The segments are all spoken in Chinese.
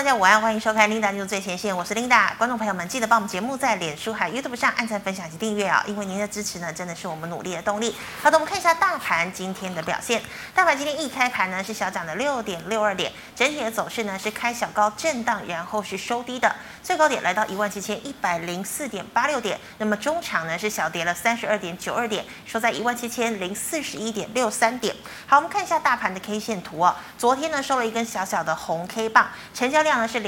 大家午安，欢迎收看 Linda News 最前线，我是 Linda。观众朋友们，记得帮我们节目在脸书还有 YouTube 上按赞、分享及订阅啊，因为您的支持呢，真的是我们努力的动力。好的，我们看一下大盘今天的表现。大盘今天一开盘呢是小涨了6.62点，整体的走势呢是开小高震荡，然后是收低的，最高点来到17104.86点。那么中场呢是小跌了32.92点，收在17041.63点。好，我们看一下大盘的 K 线图哦。昨天呢收了一根小小的红 K 棒，成交量呢是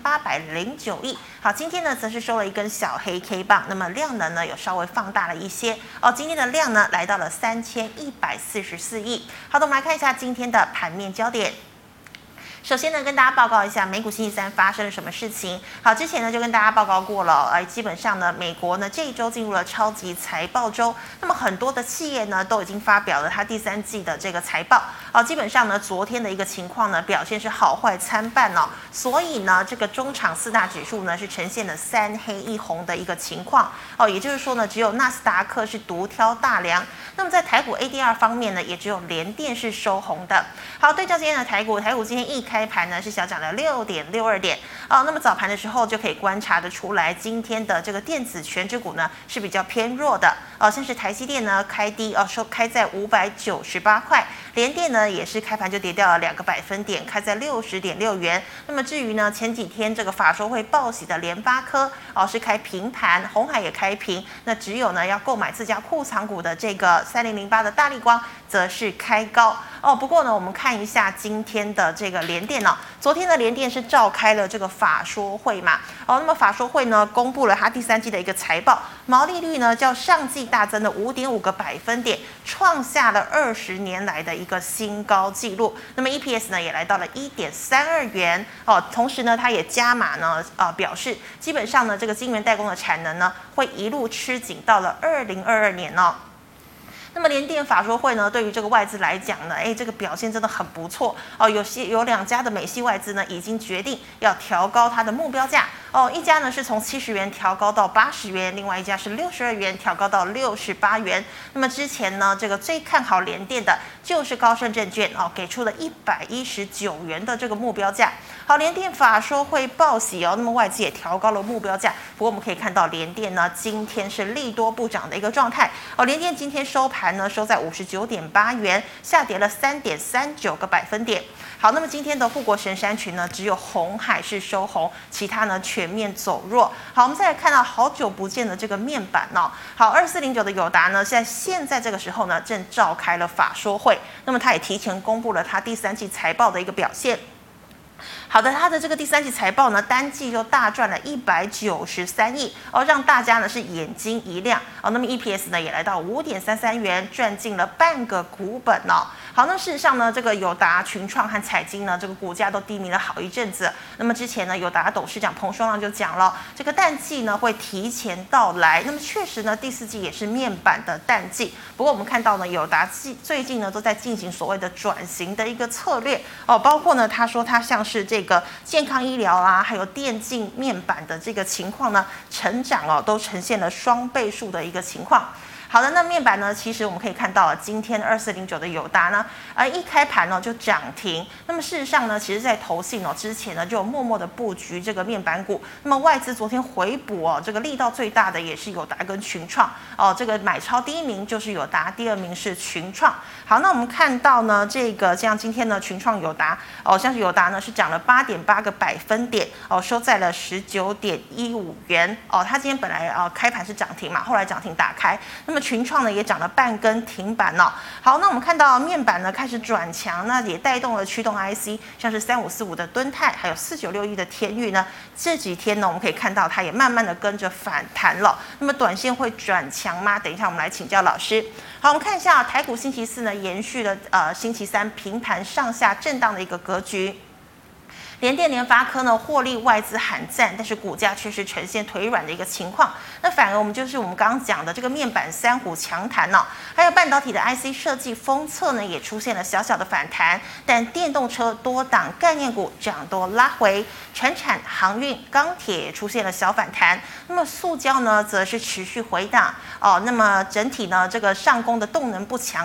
2809亿。好，今天呢则是收了一根小黑 K 棒，那么量能呢有稍微放大了一些哦。今天的量呢来到了3144亿。好的，我们来看一下今天的盘面焦点。首先呢，跟大家报告一下美股星期三发生了什么事情。好，之前呢就跟大家报告过了，基本上呢，美国呢这一周进入了超级财报周，那么很多的企业呢都已经发表了它第三季的这个财报。基本上呢，昨天的一个情况呢表现是好坏参半哦，所以呢，这个中场四大指数呢是呈现了3黑1红的一个情况哦，也就是说呢，只有纳斯达克是独挑大梁。那么在台股 ADR 方面呢，也只有联电是收红的。好，对照今天的台股今天一开盘呢是小涨了6.62点哦。那么早盘的时候就可以观察得出来，今天的这个电子权值股呢是比较偏弱的哦，像是台积电呢开低哦，开在598块，联电呢也是开盘就跌掉了2个百分点，开在60.6元。那么至于呢前几天这个法说会报喜的联发科哦是开平盘，鸿海也开平，那只有呢要购买自家库藏股的这个3008的大立光则是开高哦。不过呢，我们看一下今天的这个联电哦，昨天的联电是召开了这个法说会嘛哦，那么法说会呢公布了它第三季的一个财报，毛利率呢较上季大增了5.5个百分点，创下了20年来的一个新高纪录。那么 EPS 呢也来到了1.32元哦，同时呢它也加码呢表示基本上呢这个晶圆代工的产能呢会一路吃紧到了2022年哦。那么联电法说会呢，对于这个外资来讲呢，这个表现真的很不错哦。有2家的美系外资呢，已经决定要调高它的目标价哦。一家呢是从70元调高到80元，另外一家是62元调高到68元。那么之前呢，这个最看好联电的就是高盛证券哦，给出了119元的这个目标价。好，联电法说会报喜哦，那么外资也调高了目标价。不过我们可以看到联电呢，今天是利多不涨的一个状态哦。联电今天收盘呢收在59.8元，下跌了3.39个百分点。好，那么今天的护国神山群呢，只有鸿海是收红，其他呢全面走弱。好，我们再来看到好久不见的这个面板哦。好，2409的友达呢，现在这个时候呢，正召开了法说会，那么它也提前公布了它第三季财报的一个表现。好的，它的这个第三季财报呢，单季就大赚了193亿哦，让大家呢是眼睛一亮哦。那么 EPS 呢也来到5.33元，赚进了半个股本哦。好，那事实上呢，这个友达、群创和彩晶呢，这个股价都低迷了好一阵子。那么之前呢，友达董事长彭双浪就讲了，这个淡季呢会提前到来。那么确实呢，第四季也是面板的淡季。不过我们看到呢，友达最近呢都在进行所谓的转型的一个策略哦，包括呢，他说他像是这个健康医疗啊，还有电竞面板的这个情况呢，成长哦都呈现了双倍数的一个情况。好的，那面板呢，其实我们可以看到今天2409的友达呢，一开盘呢就涨停。那么事实上呢，其实在投信之前呢就有默默的布局这个面板股。那么外资昨天回补这个力道最大的也是友达跟群创哦。这个买超第1名就是友达，第2名是群创。好，那我们看到呢，这个像今天呢群创友达哦，像是友达呢是涨了8.8个百分点哦，收在了19.15元哦。它今天本来开盘是涨停嘛，后来涨停打开，那么群创呢也涨了半根停板哦。好，那我们看到面板呢开始转强，那也带动了驱动 IC， 像是3545的敦泰，还有4961的天钰呢，这几天呢我们可以看到它也慢慢的跟着反弹了。那么短线会转强吗？等一下我们来请教老师。好，我们看一下台股星期四呢延续了星期三平盘上下震荡的一个格局。联电、联发科呢获利外资喊赞，但是股价却是呈现腿软的一个情况。那反而我们刚刚讲的这个面板三虎强弹哦，还有半导体的 IC 设计封测呢也出现了小小的反弹，但电动车多档概念股涨多拉回，传产、航运、钢铁也出现了小反弹。那么塑胶呢则是持续回档哦。那么整体呢这个上攻的动能不强哦。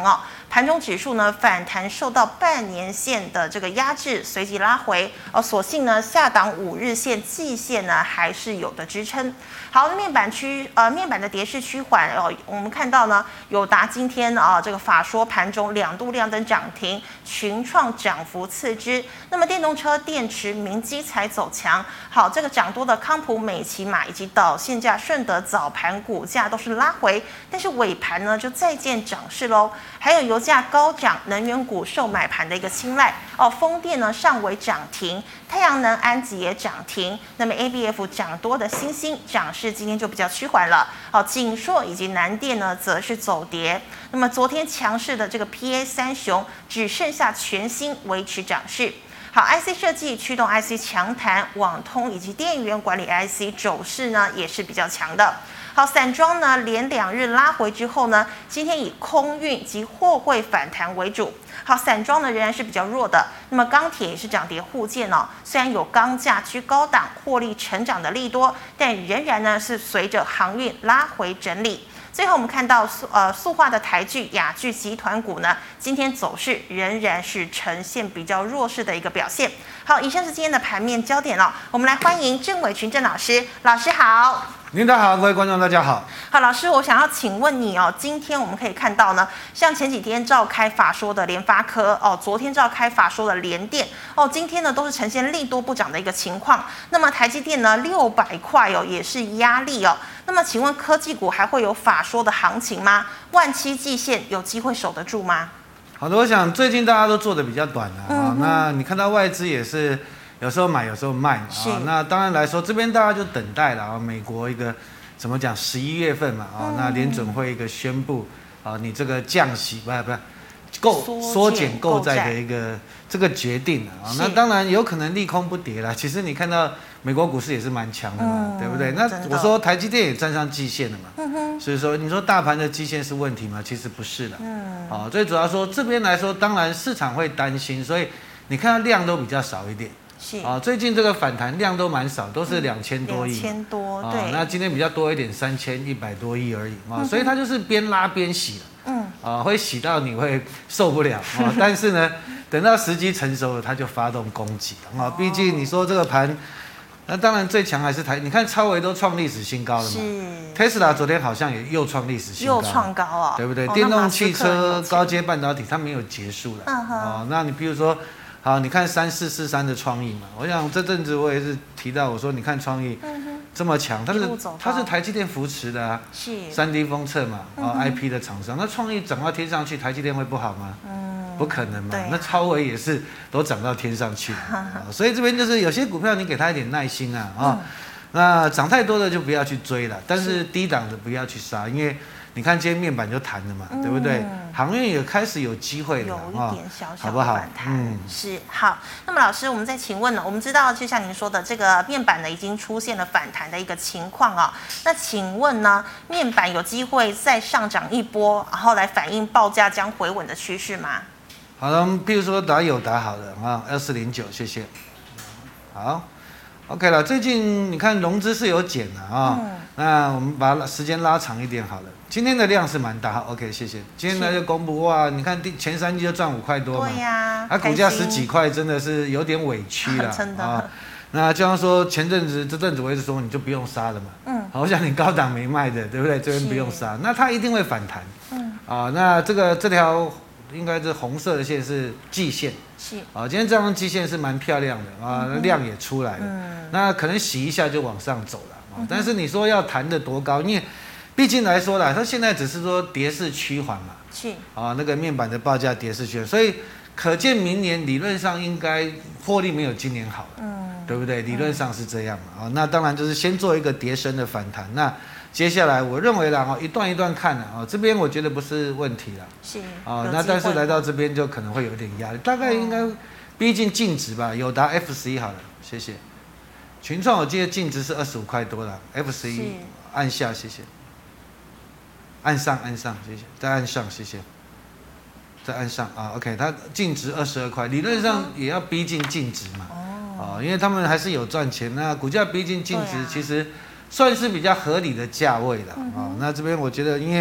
盘中指数呢反弹受到半年线的这个压制，随即拉回所幸呢下档5日线、季线呢还是有的支撑。好，面板的跌势趋缓我们看到呢友达今天这个法说盘中2度亮灯涨停，群创涨幅次之。那么电动车电池、明基才走强。好，这个涨多的康普、美骑马以及导线架、顺德早盘股价都是拉回，但是尾盘呢就再见涨势喽。还有油价高涨，能源股受买盘的一个青睐风电呢上尾涨停，太阳能、安吉也涨停。那么 ABF 涨多的新兴涨势今天就比较趋缓了。景硕以及南电呢则是走跌。那么昨天强势的这个 PA 三雄只剩下全新维持涨势。好 ，IC 设计驱动 IC 强弹，网通以及电源管理 IC 走势呢也是比较强的。好，散装呢连2日拉回之后呢，今天以空运及货柜反弹为主。好，散装呢仍然是比较弱的。那么钢铁也是涨跌互见虽然有钢价居高档、获利成长的利多，但仍然呢是随着航运拉回整理。最后我们看到塑化的台聚、亚聚集团股呢，今天走势仍然是呈现比较弱势的一个表现。好，以上是今天的盘面焦点我们来欢迎郑伟群郑老师，老师好。 领导好，各位观众大家好。 好，老师，我想要请问你今天我们可以看到呢，像前几天召开法说的联发科昨天召开法说的联电今天呢都是呈现利多不涨的一个情况。那么台积电呢600块也是压力那么请问科技股还会有法说的行情吗？万七季线有机会守得住吗？ 好的，我想最近大家都做的比较短那你看到外资也是有时候买有时候卖那当然来说这边大家就等待了美国一个怎么讲11月份嘛那联准会一个宣布你这个降息不是缩减购债的一个这个决定那当然有可能利空不跌啦。其实你看到美国股市也是蛮强的嘛对不对？那我说台积电也站上季线了嘛所以说你说大盘的季线是问题吗？其实不是的最主要说这边来说当然市场会担心，所以你看到量都比较少一点最近这个反弹量都蛮少，都是2000多亿 ，2000多对那今天比较多一点3100多亿而已所以它就是边拉边洗会洗到你会受不了但是呢等到时机成熟了它就发动攻击毕竟你说这个盘那当然最强还是你看超微都创历史新高了嘛，Tesla 昨天好像也又创历史新高， 又创高对不对？电动汽车、高阶半导体它没有结束了那你比如说好，你看3443的创意嘛，我想这阵子我也是提到，我说你看创意这么强，它是台积电扶持的3D 封测嘛IP 的厂商，那创意涨到天上去，台积电会不好吗？不可能嘛，那超微也是都涨到天上去所以这边就是有些股票你给它一点耐心那涨太多的就不要去追了，但是低档的不要去杀，因为你看今天面板就弹了嘛对不对？航运也开始有机会了有一点小小的反弹是好。那么老师，我们再请问呢，我们知道就像您说的这个面板呢已经出现了反弹的一个情况那请问呢，面板有机会再上涨一波，然后来反映报价将回稳的趋势吗？ 好的，比如说打友达好了2409，谢谢。好 ，OK 了。最近你看融资是有减的那我们把时间拉长一点好了。今天的量是蛮大 ，OK， 谢谢。今天呢就公布哇，你看前3季就赚5块多嘛， 对呀， 股价10几块，真的是有点委屈了真的那就像说这阵子我一直说你就不用杀了嘛，好像你高档没卖的，对不对？这边不用杀，那它一定会反弹，那这条。应该是红色的线是季线，今天这张季线是蛮漂亮的量也出来了，那可能洗一下就往上走了但是你说要弹得多高，因为毕竟来说啦，它现在只是说跌势趋缓嘛，那个面板的报价跌势趋缓，所以可见明年理论上应该获利没有今年好了，对不对？理论上是这样嘛那当然就是先做一个跌升的反弹，那接下来我认为啦一段一段看这边我觉得不是问题啦，那但是来到这边就可能会有点压力，大概应该逼近净值吧。友达 F11好了，谢谢。群创我记得净值是25块多啦 ，F11 按下谢谢，按上谢谢，再按上谢谢，再按上OK， 它净值22块，理论上也要逼近净值嘛，因为他们还是有赚钱，那股价逼近净值其实。算是比较合理的价位了那这边我觉得，因为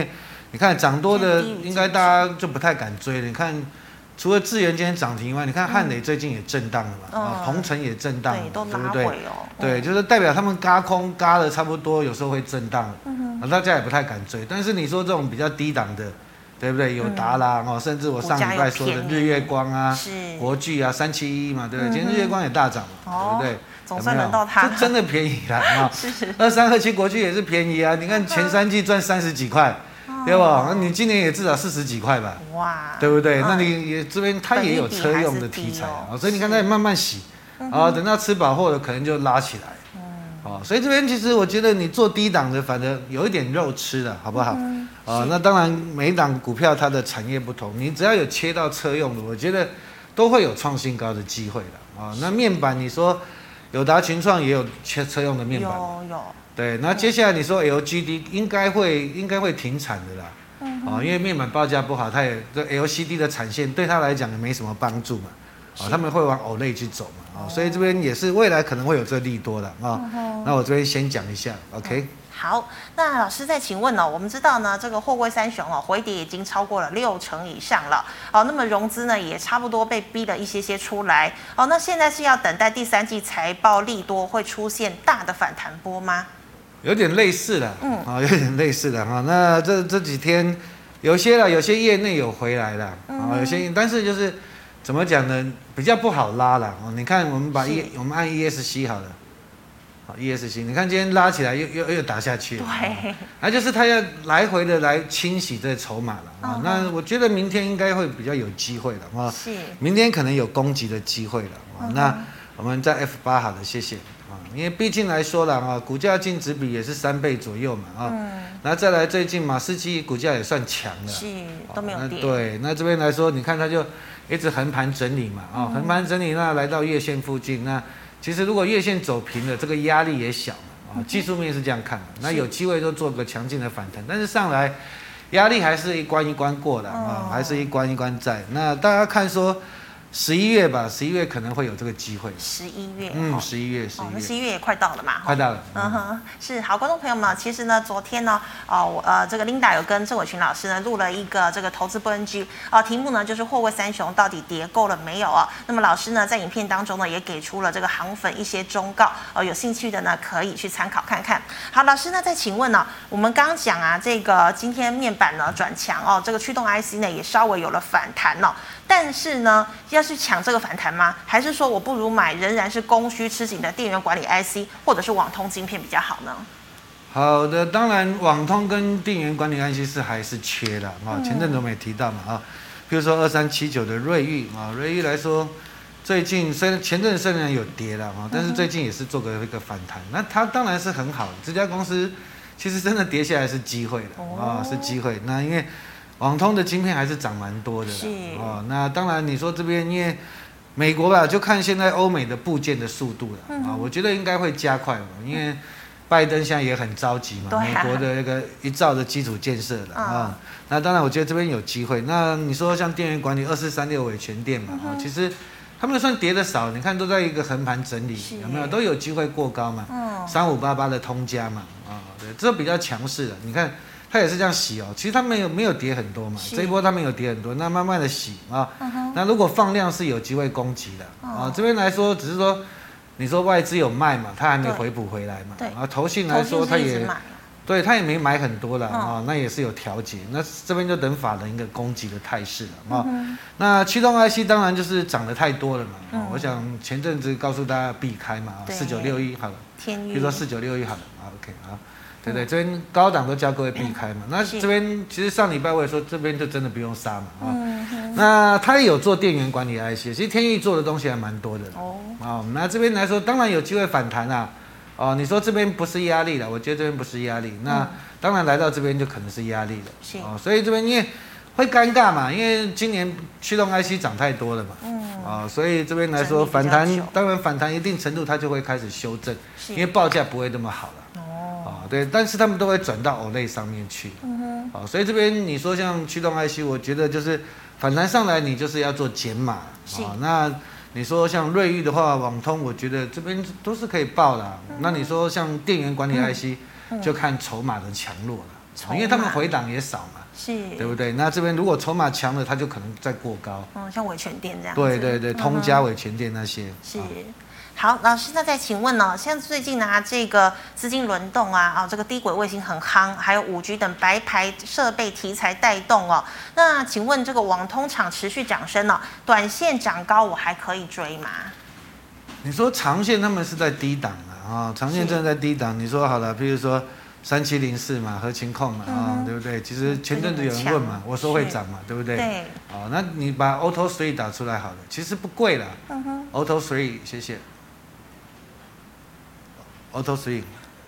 你看涨多的应该大家就不太敢追了。你看，除了智原今天涨停以外，你看汉磊最近也震荡了嘛，鹏程也震荡了，对不对？对，就是代表他们轧空轧的差不多，有时候会震荡，大家也不太敢追。但是你说这种比较低档的，对不对？有达啦，甚至我上礼拜说的日月光啊、国巨啊、371嘛，对不对？今天日月光也大涨嘛，对不对？ 总算轮到它， 这真的便宜啦啊！2327国巨也是便宜啊，你看前3季赚30几块，对吧？那你今年也至少40几块吧？哇，对不对？那你也这边它也有车用的题材啊，所以你看它也慢慢洗啊，等到吃饱货了，可能就拉起来。所以这边其实我觉得你做低档的，反正有一点肉吃了，好不好？那当然每一档股票它的产业不同，你只要有切到车用的，我觉得都会有创新高的机会的啊。那面板你说友达、群创也有切车用的面板，有。对，那接下来你说 LGD 应该会停产的啦，因为面板报价不好，它也这 LCD 的产线对它来讲也没什么帮助嘛。他们会往 OLED 去走嘛，所以这边也是未来可能会有这利多的啊。那我这边先讲一下 ，OK。 好，那老师再请问我们知道呢，这个货柜三雄回跌已经超过了60%以上了，那么融资呢也差不多被逼了一些出来，那现在是要等待第3季财报利多会出现大的反弹波吗？ 有点类似的，有点类似的哈。那这几天有些业内有回来了，有些但是就是怎么讲呢？比较不好拉了。你看，我们按 ESC 好了，ESC， 你看今天拉起来又打下去了，对，那就是他要来回的来清洗这筹码了那我觉得明天应该会比较有机会了是，明天可能有攻击的机会了那我们在 F8好了，谢谢因为毕竟来说了股价净值比也是3倍左右嘛那再来最近马士基股价也算强了， 是都没有跌， 对，那这边来说，你看它就一直横盘整理嘛横盘整理，那来到月线附近，那其实如果月线走平了，这个压力也小嘛技术面是这样看的，那有机会就做个强劲的反弹，但是上来压力还是一关一关过的还是一关一关在。那大家看说11月吧，11月可能会有这个机会。 11月 ，11月 ，11月也快到了嘛， 快到了。 是好，观众朋友们，其实呢，昨天呢，这个 Linda 有跟郑伟群老师呢录了一个这个投资不 NG 题目呢就是货柜三雄到底跌够了没有那么老师呢在影片当中呢也给出了这个航粉一些忠告有兴趣的呢可以去参考看看。好，老师呢再请问我们刚刚讲这个今天面板呢转强这个驱动 IC 呢也稍微有了反弹但是呢，要去抢这个反弹吗？还是说我不如买仍然是供需吃紧的电源管理 IC 或者是网通晶片比较好呢？ 好的，当然网通跟电源管理 IC 还是缺的前阵子我们也提到嘛比如说2379的瑞昱瑞昱来说，最近前阵虽然有跌了但是最近也是做个一个反弹，那它当然是很好的。这家公司其实真的跌下来是机会的是机会。那因为网通的晶片还是涨蛮多的那当然你说这边因为美国吧，就看现在欧美的部件的速度了我觉得应该会加快因为拜登现在也很着急嘛，美国的那个1兆的基础建设了那当然我觉得这边有机会。那你说像电源管理2436伟全电嘛其实他们算跌的少，你看都在一个横盘整理，有没有都有机会过高嘛3588的通家嘛对，这比较强势的，你看它也是这样洗其实它没有跌很多嘛，这一波它没有跌很多，那慢慢的洗那如果放量是有机会攻击的这边来说只是说你说外资有卖嘛，它还没回补回来嘛投信来说它也对，他也没买很多了那也是有调节，那这边就等法人一个攻击的态势了那驱动 IC 当然就是涨得太多了嘛我想前阵子告诉大家避开嘛4961好了，比如说4961好了OK 好对对，这边高档都叫各位避开嘛。那这边其实上礼拜我也说，这边就真的不用杀嘛那他也有做电源管理 IC， 其实天钰做的东西还蛮多的那这边来说，当然有机会反弹你说这边不是压力了，我觉得这边不是压力，那当然来到这边就可能是压力了所以这边因为会尴尬嘛，因为今年驱动 IC 涨太多了嘛所以这边来说反弹，当然反弹一定程度它就会开始修正，因为报价不会那么好了对，但是他们都会转到 OLED 上面去所以这边你说像驱动 IC， 我觉得就是反弹上来你就是要做减码那你说像瑞昱的话，网通我觉得这边都是可以报的那你说像电源管理 IC，就看筹码的强弱了因为他们回档也少嘛， 是， 对不对？那这边如果筹码强了，它就可能再过高。 像伟全店这样子。 对对对，通家伟全店那些。 是。好，老师，那再请问呢？像最近呢，这个资金轮动啊，这个低轨卫星很夯，还有5G 等白牌设备题材带动哦。那请问这个网通厂持续涨升哦，短线涨高我还可以追吗？ 你说长线他们是在低档啊，长线真的在低档。你说好了，譬如说3704嘛，合勤控嘛，对不对？其实前阵子有人问嘛，我说会涨嘛，对不对？ 对。 那你把 Auto 3打出来好了，其实不贵啦。Auto 3，谢谢。Auto 3，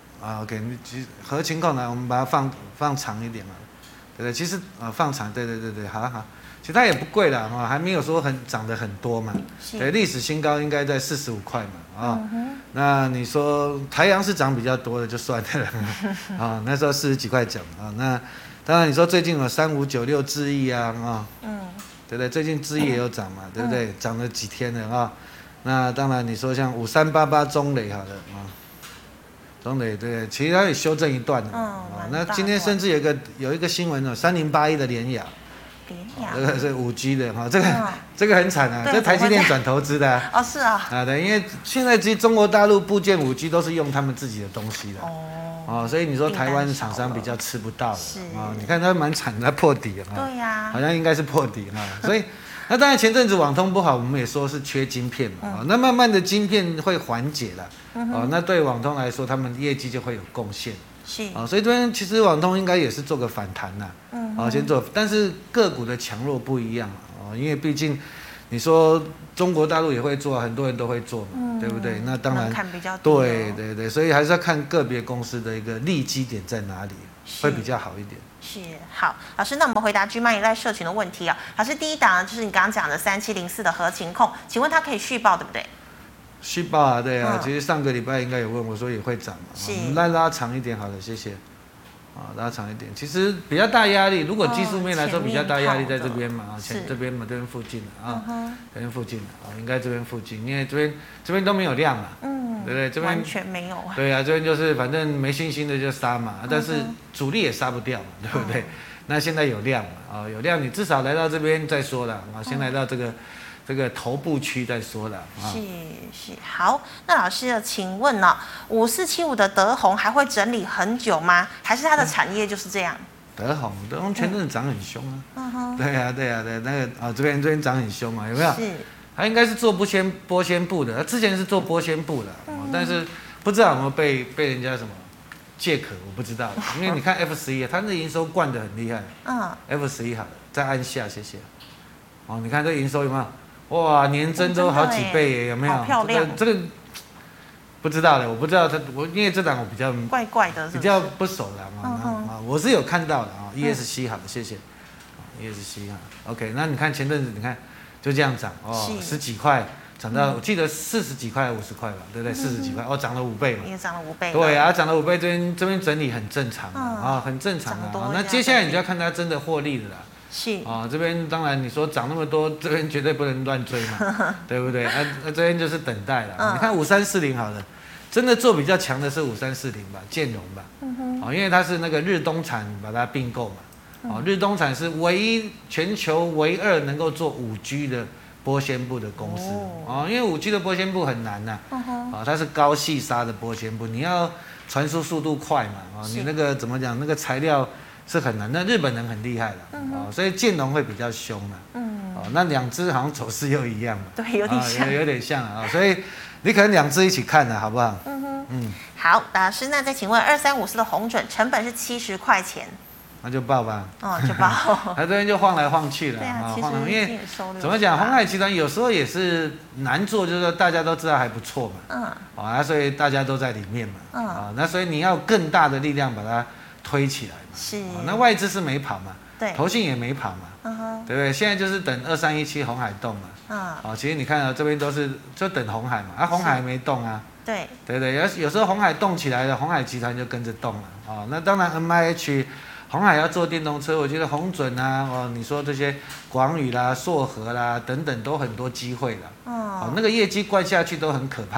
OK， 其实合勤控呢，我们把它放长一点嘛，对不对？其实放长，对，好，其实它也不贵啦，还没有说涨得很多嘛，对，历史新高应该在45块嘛，那你说台阳是涨比较多的就算了，那时候40几块讲啊，那当然你说最近有3596智毅啊，对不对？最近智毅也有涨嘛，对不对？涨了几天了啊，那当然你说像5388中磊好了中磊对，其实它也修正一段的，那今天甚至有一个新闻3081的联亚，这个是5G 的哈，这个很惨啊，这台积电转投资的是啊， 对，因为现在其实中国大陆部件5G 都是用他们自己的东西的，所以你说台湾厂商比较吃不到你看它蛮惨的，它破底了对呀， 好像应该是破底所以。那当然，前阵子网通不好，我们也说是缺晶片嘛，那慢慢的晶片会缓解了，那对网通来说，他们业绩就会有贡献，所以这边其实网通应该也是做个反弹啦，先做，但是个股的强弱不一样因为毕竟你说中国大陆也会做，很多人都会做嘛，对不对？那当然，对，所以还是要看个别公司的一个利基点在哪里，会比较好一点。 是好，老师，那我们回答Gmoney赖社群的问题老师，第一档就是你刚刚讲的3704的合勤控，请问它可以续报对不对？ 续报啊，对啊，其实上个礼拜应该有问我说也会涨嘛，我们拉长一点好了，谢谢。拉长一点，其实比较大压力，如果技术面来说比较大压力在这边嘛，这边嘛，这边附近这边附近应该这边附近，因为这边都没有量嘛，对不对？这边完全没有对啊，这边就是反正没信心的就杀嘛，但是主力也杀不掉嘛，对不对？那现在有量嘛，有量你至少来到这边再说了先来到这个头部区再说了是好，那老师请问5475的德宏还会整理很久吗？还是它的产业就是这样？ 德宏前阵子涨很凶对啊，那个这边涨很凶有没有？是，它应该是做玻纤布的，它之前是做玻纤布的，但是不知道有没有被人家什么借壳，我不知道，因为你看 F11它那营收灌得很厉害，F11好了，再按下，谢谢。你看这营收有没有？哇，年增都好几倍耶，有没有？ 好漂亮。 这个不知道的，我不知道因为这档我比较怪怪的， 比较不熟的我是有看到的ESC 好的，谢谢。ESC OK， 那你看前阵子你看就这样涨10几块涨到我记得40几块50块吧，对不对？40几块涨了5倍嘛。 也涨了5倍。 对啊，涨了5倍，这边整理很正常很正常那接下来你就要看它真的获利了啦。 是这边当然你说涨那么多，这边绝对不能乱追嘛，对不对？这边就是等待了。你看5340好了，真的做比较强的是5340吧，建融吧，因为它是那个日东产把它并购嘛，日东产是全球唯2能够做5G 的玻纤布的公司因为5G 的玻纤布很难它是高细纱的玻纤布，你要传输速度快嘛，你那个怎么讲，那个材料是很难，那日本人很厉害了，所以建融会比较凶那两只好像走势又一样嘛， 对，有点像， 有点像所以你可能两只一起看好不好？ 好，老师，那再请问2354的红准成本是70块钱， 那就报吧， 就报， 它这边就晃来晃去了， 对啊， 晃来，因为怎么讲，鸿海集团有时候也是难做，就是说大家都知道还不错嘛，所以大家都在里面嘛，那所以你要更大的力量把它推起来嘛， 是， 那外资是没跑嘛， 对， 投信也没跑嘛，对不对？现在就是等2317鸿海动嘛，其实你看这边都是就等鸿海嘛，鸿海没动对不对？有时候鸿海动起来了，鸿海集团就跟着动了那当然 MIH 鸿海要做电动车，我觉得鸿准你说这些广宇啦、硕和啦等等都很多机会了那个业绩灌下去都很可怕嘛。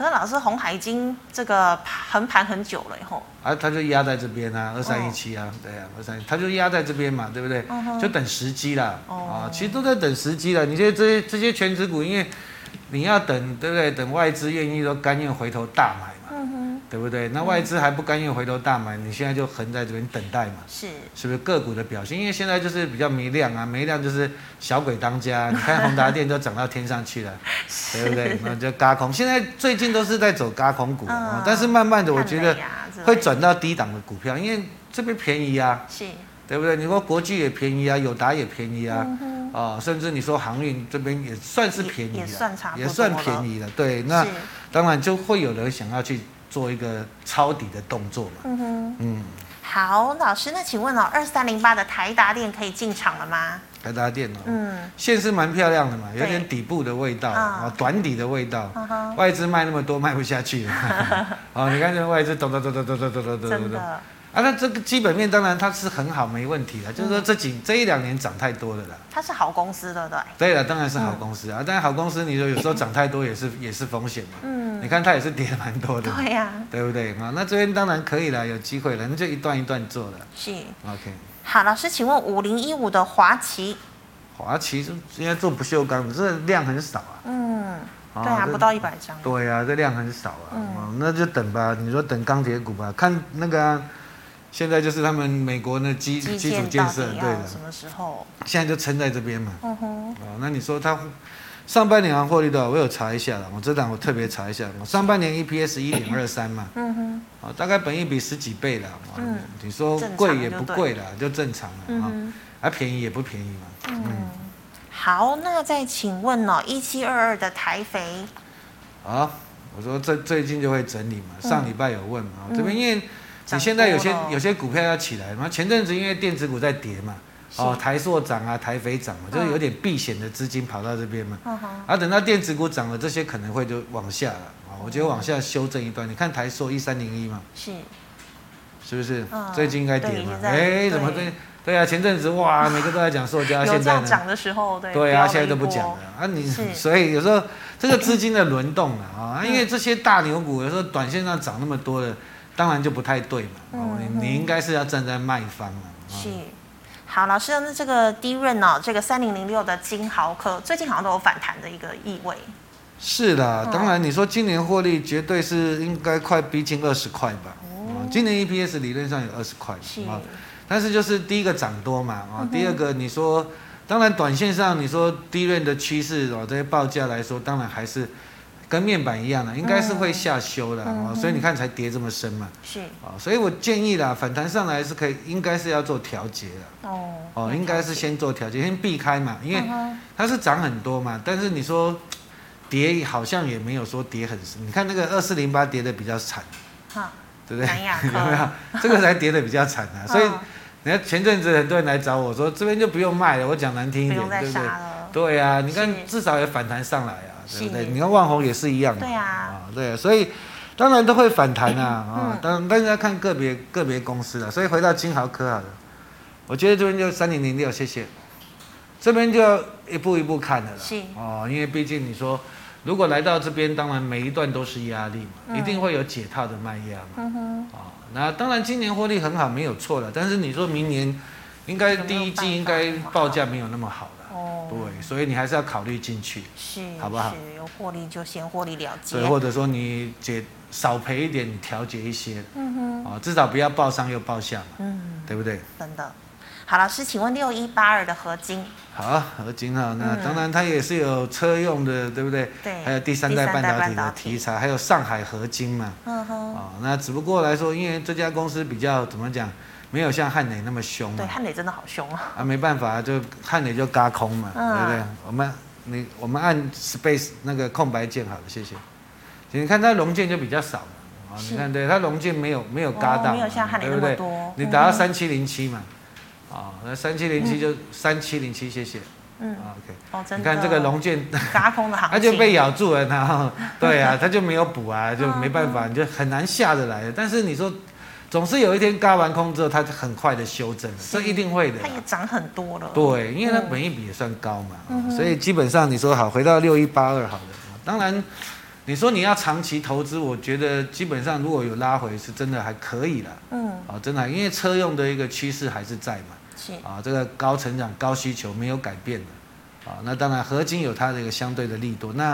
可是老师，鸿海已经这个横盘很久了以后， 它就压在这边啊，2317啊，对啊，23，它就压在这边嘛，对不对？就等时机啦，其实都在等时机啦。你现在这些全指股，因为你要等，对不对？等外资愿意都甘愿回头大买嘛，对不对？那外资还不甘愿回头大买，你现在就横在这边等待嘛，是不是个股的表现？因为现在就是比较没量啊，没量就是小鬼当家。你看宏达电都涨到天上去了，对不对？那就轧空。现在最近都是在走轧空股，但是慢慢的我觉得会转到低档的股票，因为这边便宜啊，对不对？你说国巨也便宜啊，友达也便宜啊，甚至你说航运这边也算是便宜了，也算便宜了。对，那当然就会有人想要去做一个抄底的动作嘛。 好，老师，那请问2308的台达电可以进场了吗？ 台达电线是蛮漂亮的嘛，有点底部的味道，短底的味道。外资卖那么多，卖不下去了。你看这外资咚，真的。那这个基本面当然它是很好，没问题的，就是说这一两年涨太多了啦。 它是好公司，对不对？ 对了，当然是好公司啊，但是好公司你说有时候涨太多也是风险嘛。你看它也是跌蛮多的。 对呀。 对不对？那这边当然可以了，有机会了，那就一段一段做了。 是。 OK。 好，老师，请问5015的华旗。 华旗现在做不锈钢的，这量很少啊。 对啊，不到100张。 对啊，这量很少啊。那就等吧，你说等钢铁股吧，看那个。现在就是他们美国的基础建设，对的。 什么时候？ 现在就撑在这边嘛。那你说它上半年获利多少？我有查一下了，这档我特别查一下。上半年 EPS 1.23嘛。大概本益比10几倍了。你说贵也不贵了，就正常了。便宜也不便宜嘛。 好，那再请问1722的台肥。 我说最近就会整理嘛，上礼拜有问嘛，这边因为。你现在有些股票要起来嘛？前阵子因为电子股在跌嘛，台塑涨啊，台肥涨嘛，就是有点避险的资金跑到这边嘛。等到电子股涨了，这些可能会就往下了我觉得往下修正一段。你看台塑1301嘛，是不是？最近应该跌嘛？怎么对啊？前阵子哇，每个都在讲塑胶，现在呢？ 涨的时候， 对啊，现在都不讲了所以有时候这个资金的轮动因为这些大牛股有时候短线上涨那么多的。当然就不太对嘛，你应该是要站在卖方嘛。 是，好，老师，那这个低润这个3006的金豪科最近好像都有反弹的一个意味。 是的，当然你说今年获利绝对是应该快逼近20块吧。今年 EPS 理论上有20块，但是就是第一个涨多嘛，第二个你说，当然短线上你说低润的趋势这些报价来说，当然还是。跟面板一样的，应该是会下修的所以你看才跌这么深嘛。所以我建议啦，反弹上来是可以，应该是要做调节的。应该是先做调节，先避开嘛，因为它是涨很多嘛，但是你说跌好像也没有说跌很深。你看那个2408跌的比较惨，对不对？有没有？这个才跌的比较惨所以你看前阵子很多人来找我说，这边就不用卖了，我讲难听一点，对不对？对啊，你看至少也反弹上来对不对？你看万宏也是一样的。对啊，所以当然都会反弹但是要看个别公司了。所以回到金豪科好了，我觉得这边就3006，谢谢。这边就要一步一步看的了。因为毕竟你说，如果来到这边，当然每一段都是压力嘛，一定会有解套的卖压嘛。那当然今年获利很好，没有错了。但是你说明年应该第一季应该报价没有那么好了。对，所以你还是要考虑进去，好不好？ 有获利就先获利了结， 对，或者说你少赔一点，你调节一些，至少不要报上又报下嘛，对不对？ 真的。好，老师，请问6182的合金。 好，合金那当然它也是有车用的，对不对？ 对。 还有第三代半导体的题材，还有上海合金嘛，那只不过来说，因为这家公司比较怎么讲？没有像汉磊那么凶嘛？ 对，汉磊真的好凶没办法，就汉磊就轧空嘛，对不对？我们按 space 那个空白键好了，谢谢。你看它龙件就比较少嘛，你看对，它龙件没有轧到， 没有像汉磊那么多。 你打到3707嘛，那3707就3707，谢谢。 OK。 你看这个龙件轧空的行情， 它就被咬住了，然后对啊，它就没有补就没办法，你就很难下得来。但是你说。总是有一天轧完空之后，它很快的修正，这一定会的。 它也涨很多了。 对，因为它本益比也算高嘛，所以基本上你说好，回到6182好了。当然， 你说你要长期投资，我觉得基本上如果有拉回，是真的还可以啦。真的，因为车用的一个趋势还是在嘛。是。这个高成长、高需求没有改变的。那当然合金有它的一个相对的利多。那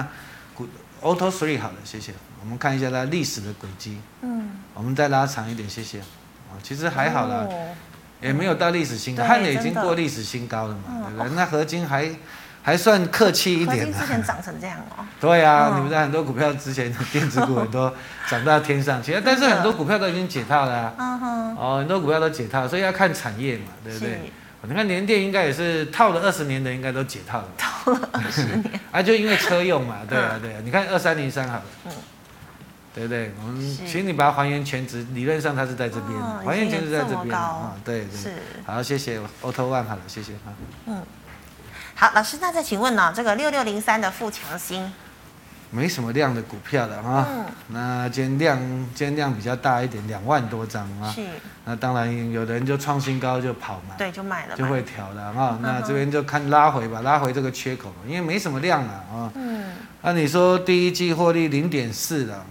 Auto 3好了，谢谢。我们看一下它历史的轨迹。我们再拉长一点，谢谢。其实还好啦，也没有到历史新高，汉磊已经过历史新高了嘛，对不对？那合金还算客气一点。合金之前涨成这样哦。 对啊，你们在很多股票之前电子股很多涨到天上去，但是很多股票都已经解套了很多股票都解套，所以要看产业嘛，对不对？你看联电应该也是套了20年的，应该都解套了。 套了20年。 就因为车用嘛，对啊。你看2303好了。对不对？我们请你把它还原全值，理论上它是在这边，还原全值在这边对。是。好，谢谢 Auto One 好了，谢谢好，老师，那再请问呢，这个6603的富强新， 没什么量的股票了那今天量比较大一点，2万多张是。那当然，有的人就创新高就跑嘛， 对，就买了， 就会调了那这边就看拉回吧，拉回这个缺口，因为没什么量了那你说第一季获利0.4了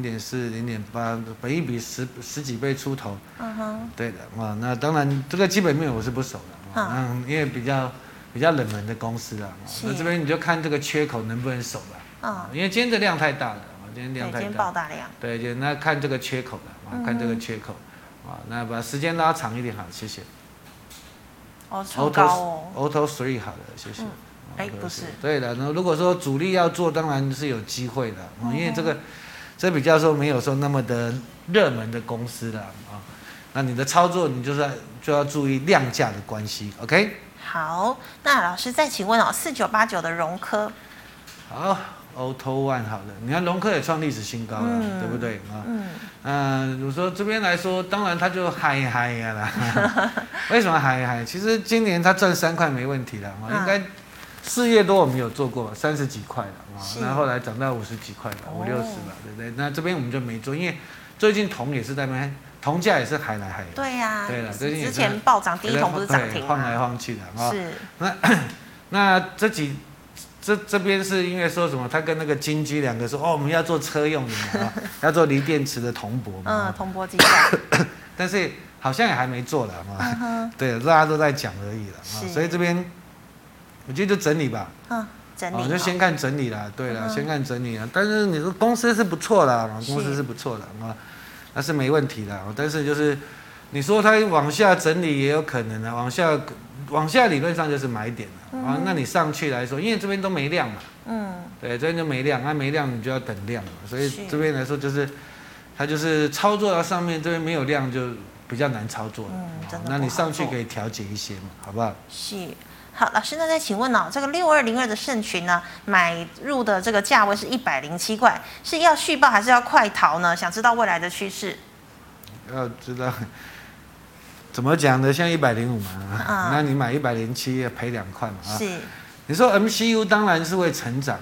0.4、0.8，本益比十几倍出头，对的那当然这个基本面我是不熟的因为比较冷门的公司那这边你就看这个缺口能不能守了因为今天的量太大了今天量太大， 今天爆大量， 对，那看这个缺口了看这个缺口那把时间拉长一点好，谢谢。 超高 Auto 3好了，谢谢。 不是。 对的，那如果说主力要做，当然是有机会的因为这比较说没有说那么的热门的公司了那你的操作你就要注意量价的关系 ，OK？ 好，那老师再请问4989的荣科。 好。Auto One 好了，你看荣科也创历史新高了，对不对我说这边来说，当然它就嗨啦。为什么嗨？其实今年它赚3块没问题了应该4月多我们有做过30几块了那后来涨到50几块了，50、60了，对不对？那这边我们就没做，因为最近铜也是在那边，铜价也是嗨来嗨。 对呀。 对了， 之前暴涨，第一铜不是涨停吗？ 晃来晃去的是。那这边是因为说什么？他跟那个金居两个说我们要做车用的嘛要做锂电池的铜箔嘛铜箔基站但是好像也还没做了对，大家都在讲而已了所以这边我觉得就整理吧整理就先看整理啦，对了先看整理啦。但是你说公司是不错啦公司是不错的那是没问题的但是就是你说它往下整理也有可能往下理论上就是买点了那你上去来说，因为这边都没量嘛对，这边就没量没量你就要等量所以这边来说就是它就是操作到上面，这边没有量就比较难操作了那你上去可以调节一些嘛，好不好？ 是。好，老师，那再请问这个6202的盛群呢，买入的这个价位是107块，是要续报还是要快逃呢？想知道未来的趋势。 要知道怎么讲呢？现在105嘛那你买107赔2块嘛是。你说 MCU 当然是会成长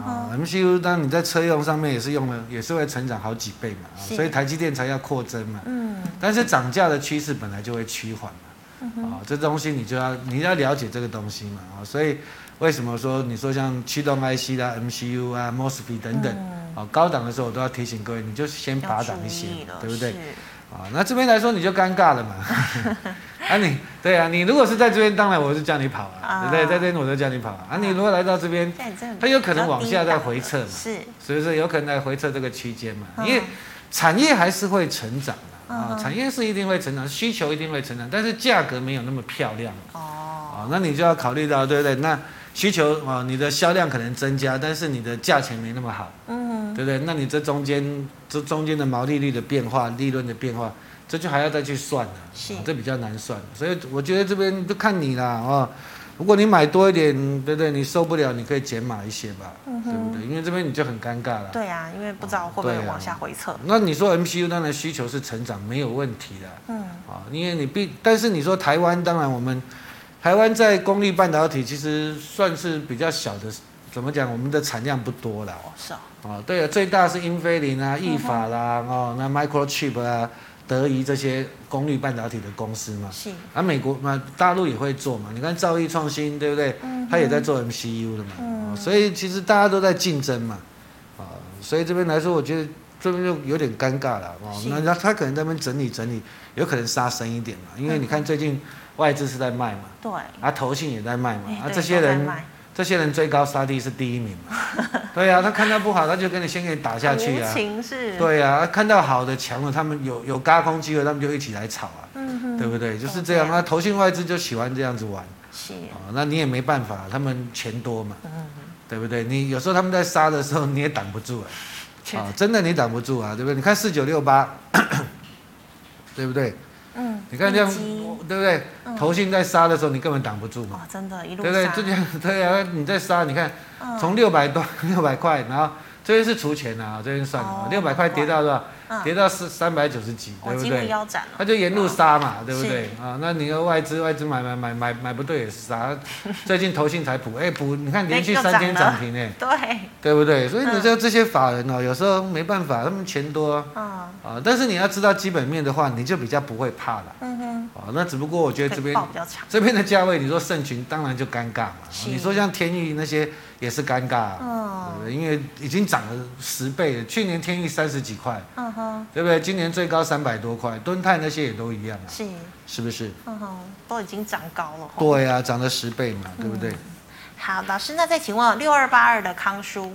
MCU 当你在车用上面也是会成长好几倍嘛所以台积电才要扩增嘛但是涨价的趋势本来就会趋缓嘛这东西你要了解这个东西嘛所以为什么说你说像驱动 IC 啦 MCU 啊 MOSFET 等等高档的时候我都要提醒各位，你就先拔档一些对不对那这边来说你就尴尬了嘛对啊，你如果是在这边，当然我是叫你跑对不对？在这边我就叫你跑你如果来到这边，它有可能往下再回撤嘛，所以说有可能来回撤这个区间嘛，因为产业还是会成长的产业是一定会成长，需求一定会成长，但是价格没有那么漂亮那你就要考虑到对不对？那需求你的销量可能增加，但是你的价钱没那么好对不对？那你这中间的毛利率的变化、利润的变化，这就还要再去算这比较难算。所以我觉得这边就看你啦如果你买多一点，对不对？你受不了，你可以减码一些吧，对不对？因为这边你就很尴尬了。 对啊，因为不知道会不会往下回撤。 那你说 MCU 当然需求是成长没有问题的，因为但是你说台湾，当然台湾在功率半导体其实算是比较小的，怎么讲？我们的产量不多啦。 是对啊，最大是英飞凌意法啦，那 Microchip 啊。德仪这些功率半导体的公司嘛，是美国大陆也会做嘛，你看兆易创新对不对？它也在做 MCU 的嘛，所以其实大家都在竞争嘛， 所以这边来说，我觉得这边就有点尴尬了哦。那他可能在那边整理，有可能杀深一点嘛，因为你看最近外资是在卖嘛， 对， 投信也在卖嘛，这些人追高杀低是第一名嘛，对啊，他看到不好，他就先给你打下去啊， 无情是， 对啊，看到好的强的，他们有轧空机会，他们就一起来炒啊，对不对？就是这样，那投信外资就喜欢这样子玩， 是， 那你也没办法，他们钱多嘛，对不对？你有时候他们在杀的时候你也挡不住真的你挡不住啊，对不对？你看4968，对不对？你看这样，对不对？投信在杀的时候，你根本挡不住嘛。 真的，一路对不对？这样对啊，你在杀，你看从600块，然后这边是除钱啊，这边算了，600块跌到多少？跌到390几，对不对？它就沿路杀嘛，对不对？那你的外资买不对也是杀，最近投信才补，你看连续3天涨停哎，对不对？所以你知道这些法人有时候没办法，他们钱多但是你要知道基本面的话，你就比较不会怕了。那只不过我觉得这边的价位，你说盛群当然就尴尬嘛。你说像天钰那些也是尴尬，对不对？因为已经涨了10倍了，去年天钰30几块，对不对？今年最高300多块，敦泰那些也都一样是不是？ 都已经涨高了。 对啊，涨了10倍嘛，对不对？ 好，老师，那再请问6282的康舒。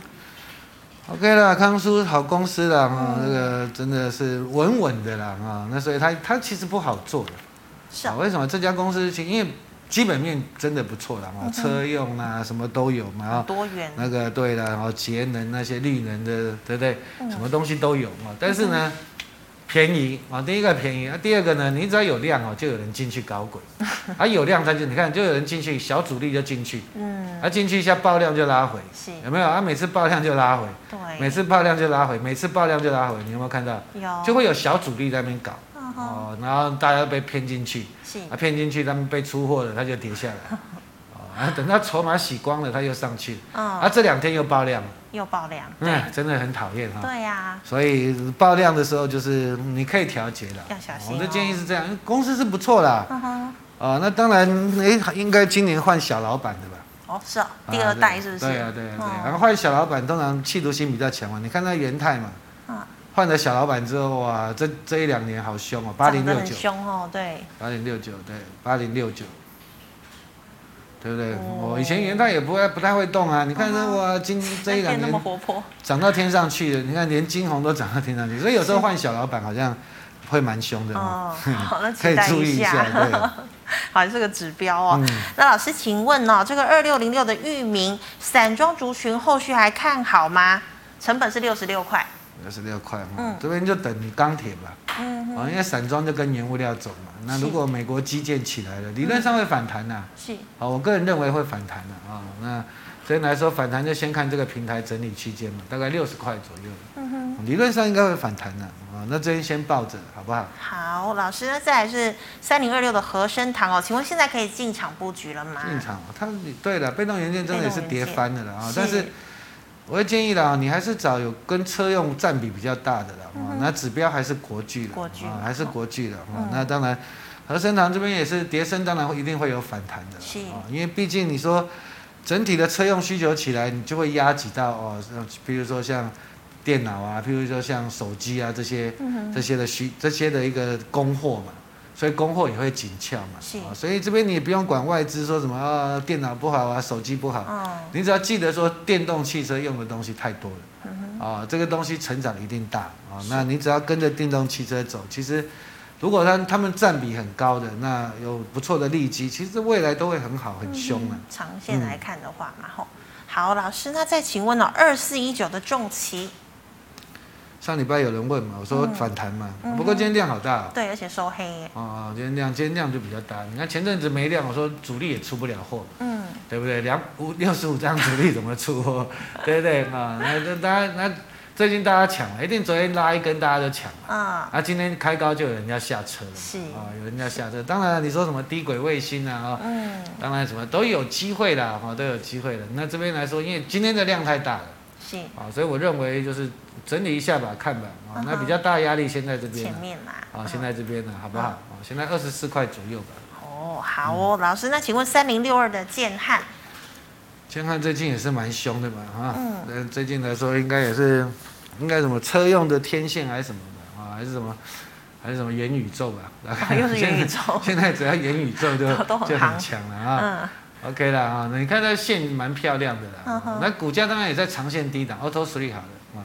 OK 啦，康舒好公司啦，那个真的是稳的啦那所以它其实不好做的。 是为什么这家公司？因为基本面真的不错啦车用啊什么都有嘛， 多元那个对了，然后节能那些绿能的，对不对？什么东西都有嘛。但是呢，便宜第一个便宜第二个呢，你只要有量就有人进去搞鬼有量你看就有人进去，小主力就进去，进去一下爆量就拉回，有没有？每次爆量就拉回， 对， 每次爆量就拉回，每次爆量就拉回，你有没有看到？ 有， 就会有小主力在那边搞。然后大家被骗进去，骗进去，他们被出货了，他就跌下来，等到筹码洗光了，他又上去，这2天又爆量，真的很讨厌对呀， 所以爆量的时候就是你可以调节了， 要小心。 我的建议是这样，公司是不错啦，那当然，应该今年换小老板的吧？ 是第2代是不是？ 对啊，然后换小老板通常企图心比较强嘛，你看那元泰嘛。换了小老板之后，哇，这1-2年好凶8069， 很凶对 ，8069，对，8069，对不对？我以前元泰也不太会动啊，你看哇，这1-2年那么活泼， 涨到天上去了，你看连金红都涨到天上去，所以有时候换小老板好像会蛮凶的好，那可以注意一下，对。 好，这个指标那老师，请问这个2606的裕民散装族群后续还看好吗？成本是66块。 66块，这边就等钢铁吧，因为散装就跟原物料走嘛。那如果美国基建起来了，理论上会反弹我个人认为会反弹那所以来说反弹就先看这个平台整理区间嘛，大概60块左右，理论上应该会反弹的那这边先抱着好不好？ 好，老师，那再来是3026的和生堂请问现在可以进场布局了吗？ 进场，对了，被动元件真的也是跌翻了但是。我会建议你还是找有跟车用占比比较大的那指标还是国巨还是国巨的那当然，和生堂这边也是跌升，当然一定会有反弹的因为毕竟你说整体的车用需求起来，你就会压挤到比如说像电脑啊，譬如说像手机啊这些的一个供货嘛。所以供货也会紧俏嘛，所以这边你也不用管外资说什么电脑不好手机不好，你只要记得说电动汽车用的东西太多了，这个东西成长一定大那你只要跟着电动汽车走，其实如果他们占比很高的，那有不错的利基，其实未来都会很好很凶长线来看的话嘛好，老师，那再请问2419的重骑。 上礼拜有人问嘛，我说反弹嘛，不过今天量好大对，而且收黑今天量就比较大。你看前阵子没量，我说主力也出不了货，对不对？65张主力怎么出货？对不对那最近大家抢了，一定昨天拉一根大家就抢了今天开高就有人要下车了有人要下车。当然你说什么低轨卫星当然什么都有机会啦都有机会的。那这边来说，因为今天的量太大了所以我认为就是整理一下吧，看吧那比较大压力先在这边前面嘛先在这边好不好现在24块左右吧好老师，那请问3062的建汉。 建汉最近也是蛮凶的嘛最近来说应该也是应该什么车用的天线还是什么的啊，还是什么元宇宙吧？ 又是元宇宙。 现在只要元宇宙就很强了啊。OK 啦啊，你看它线蛮漂亮的啦，那股价当然也在长线低档 ，Auto 3好了啊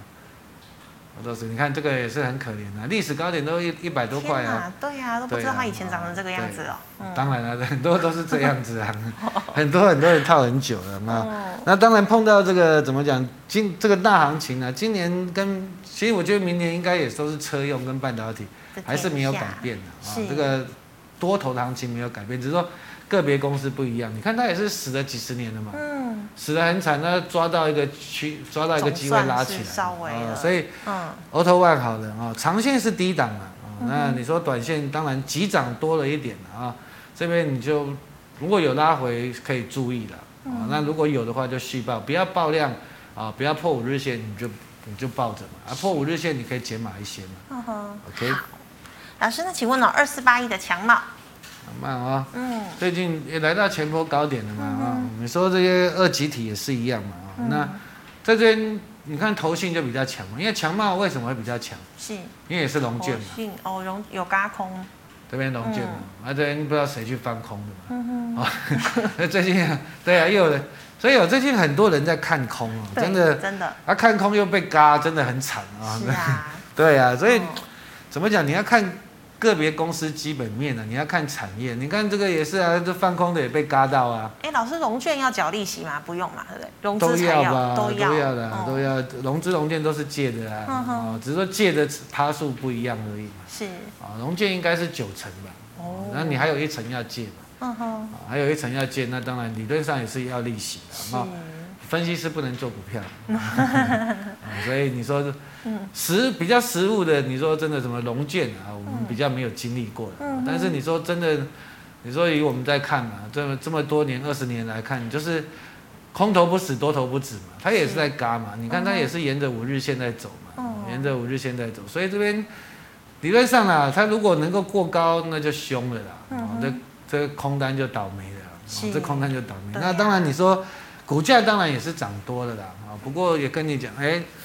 ，Auto 3你看这个也是很可怜的，历史高点都100多块啊， 对呀，都不知道它以前长成这个样子哦。 当然了，很多都是这样子啊，很多人套很久了嘛。那当然碰到这个怎么讲，这个大行情呢，今年其实我觉得明年应该也都是车用跟半导体还是没有改变的啊，这个多头的行情没有改变，只是说。个别公司不一样，你看它也是死了几十年了嘛，死得很惨，那抓到一个机会拉起来，所以Auto One 好了啊，长线是低档了那你说短线当然急涨多了一点啊，这边你就如果有拉回可以注意了那如果有的话就续报，不要爆量啊，不要破5日线你就抱着嘛，破5日线你可以减码一些嘛，OK。 老师，那请问2481的强茂？ 慢啊，最近也来到前波高点了嘛你说这些二级体也是一样嘛那这边你看投信就比较强嘛，因为强茂为什么会比较强？是，因为也是融券嘛， 有轧空， 这边融券嘛，这边不知道谁去翻空的嘛，最近对啊，又有人，所以最近很多人在看空真的，看空又被轧，真的很惨啊，对啊，所以怎么讲？你要看。个别公司基本面你要看产业，你看这个也是啊，这放空的也被嘎到啊。 老师，融券要缴利息吗？不用嘛，对不对？融资都要吧，都要，融资融券都是借的啊，只是说借的趴数不一样而已嘛。是融券应该是9成吧，那你还有1成要借嘛，还有1成要借，那当然理论上也是要利息的分析师不能做股票，所以你说比较实务的，你说真的什么融券我们比较没有经历过但是你说真的，你说以我们在看嘛，这么多年20年来看，就是空头不死，多头不止嘛，它也是在嘎嘛，你看它也是沿着5日线在走嘛，沿着5日线在走，所以这边理论上它如果能够过高，那就凶了啦，这空单就倒霉了，这空单就倒霉。那当然你说。股价当然也是涨多了啦，不过也跟你讲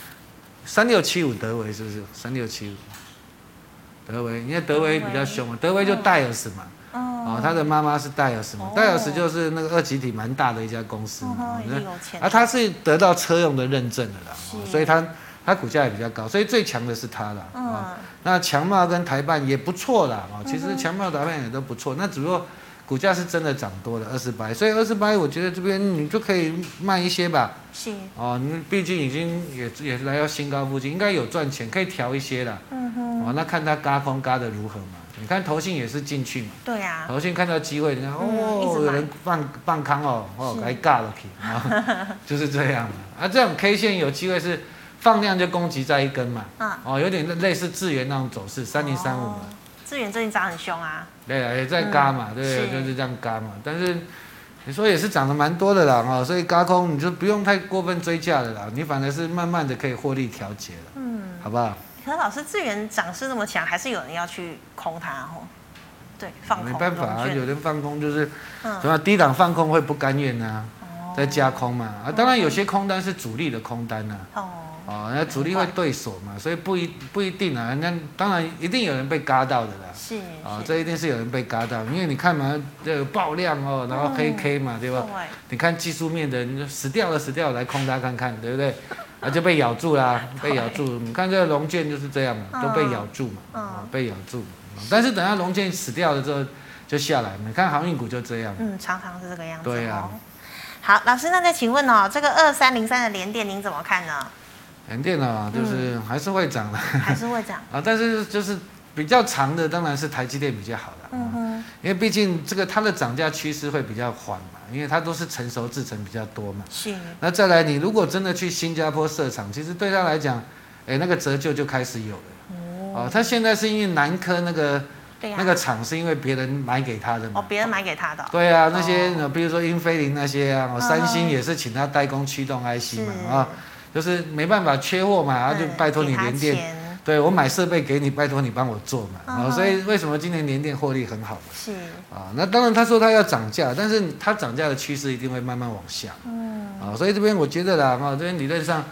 ，3675德微是不是？3675，德微，因为德微比较凶嘛，德微就戴尔斯嘛，他的妈妈是戴尔斯嘛，戴尔斯就是那个二级体蛮大的一家公司嘛，他是得到车用的认证的啦，所以他股价也比较高，所以最强的是他啦，那强茂跟台办也不错啦，其实强茂台办也都不错，那只不过。股价是真的涨多了28，所以28我觉得这边你就可以卖一些吧。是。你毕竟已经也来到新高附近，应该有赚钱，可以调一些啦。那看它轧空轧的如何嘛？你看投信也是进去嘛。对啊。投信看到机会，你看有人放空来轧了去就是这样嘛。这种 K 线有机会是放量就攻击在一根嘛。有点类似智原那种走势，3035嘛。 智原最近涨很凶啊。 对啊，也在轧嘛，对，就是这样轧嘛。但是你说也是涨得蛮多的啦，所以轧空你就不用太过分追价的啦，你反而是慢慢的可以获利调节了，好不好？ 可是老师，智原涨势那么强，还是有人要去空它对，放空。 没办法有人放空就是什么低档放空会不甘愿在加空嘛当然有些空单是主力的空单那主力会对锁嘛，所以不一定那当然一定有人被嘎到的啦。是这一定是有人被嘎到，因为你看嘛，这有爆量然后黑 K 嘛，对吧？你看技术面的，你就死掉了，来空它看看，对不对？就被咬住啦，被咬住。你看这个龙剑就是这样嘛，都被咬住嘛，被咬住。但是等它龙剑死掉了之后就下来，你看航运股就这样。 常常是这个样子。 对啊。 好，老师，那再请问这个2303的联电您怎么看呢？ 联电就是还是会涨的， 还是会涨但是就是比较长的当然是台积电比较好的，因为毕竟这个它的涨价趋势会比较缓嘛，因为它都是成熟制程比较多嘛。是。那再来，你如果真的去新加坡设厂，其实对他来讲，那个折旧就开始有了。他现在是因为南科那个厂是因为别人买给他的嘛。 别人买给他的。 对啊，那些比如说英飞凌那些三星也是请他代工驱动 IC 嘛就是没办法缺货嘛，就拜托你联电，对我买设备给你，拜托你帮我做嘛。所以为什么今年联电获利很好？是那当然他说他要涨价，但是他涨价的趋势一定会慢慢往下。所以这边我觉得啦，这边理论上，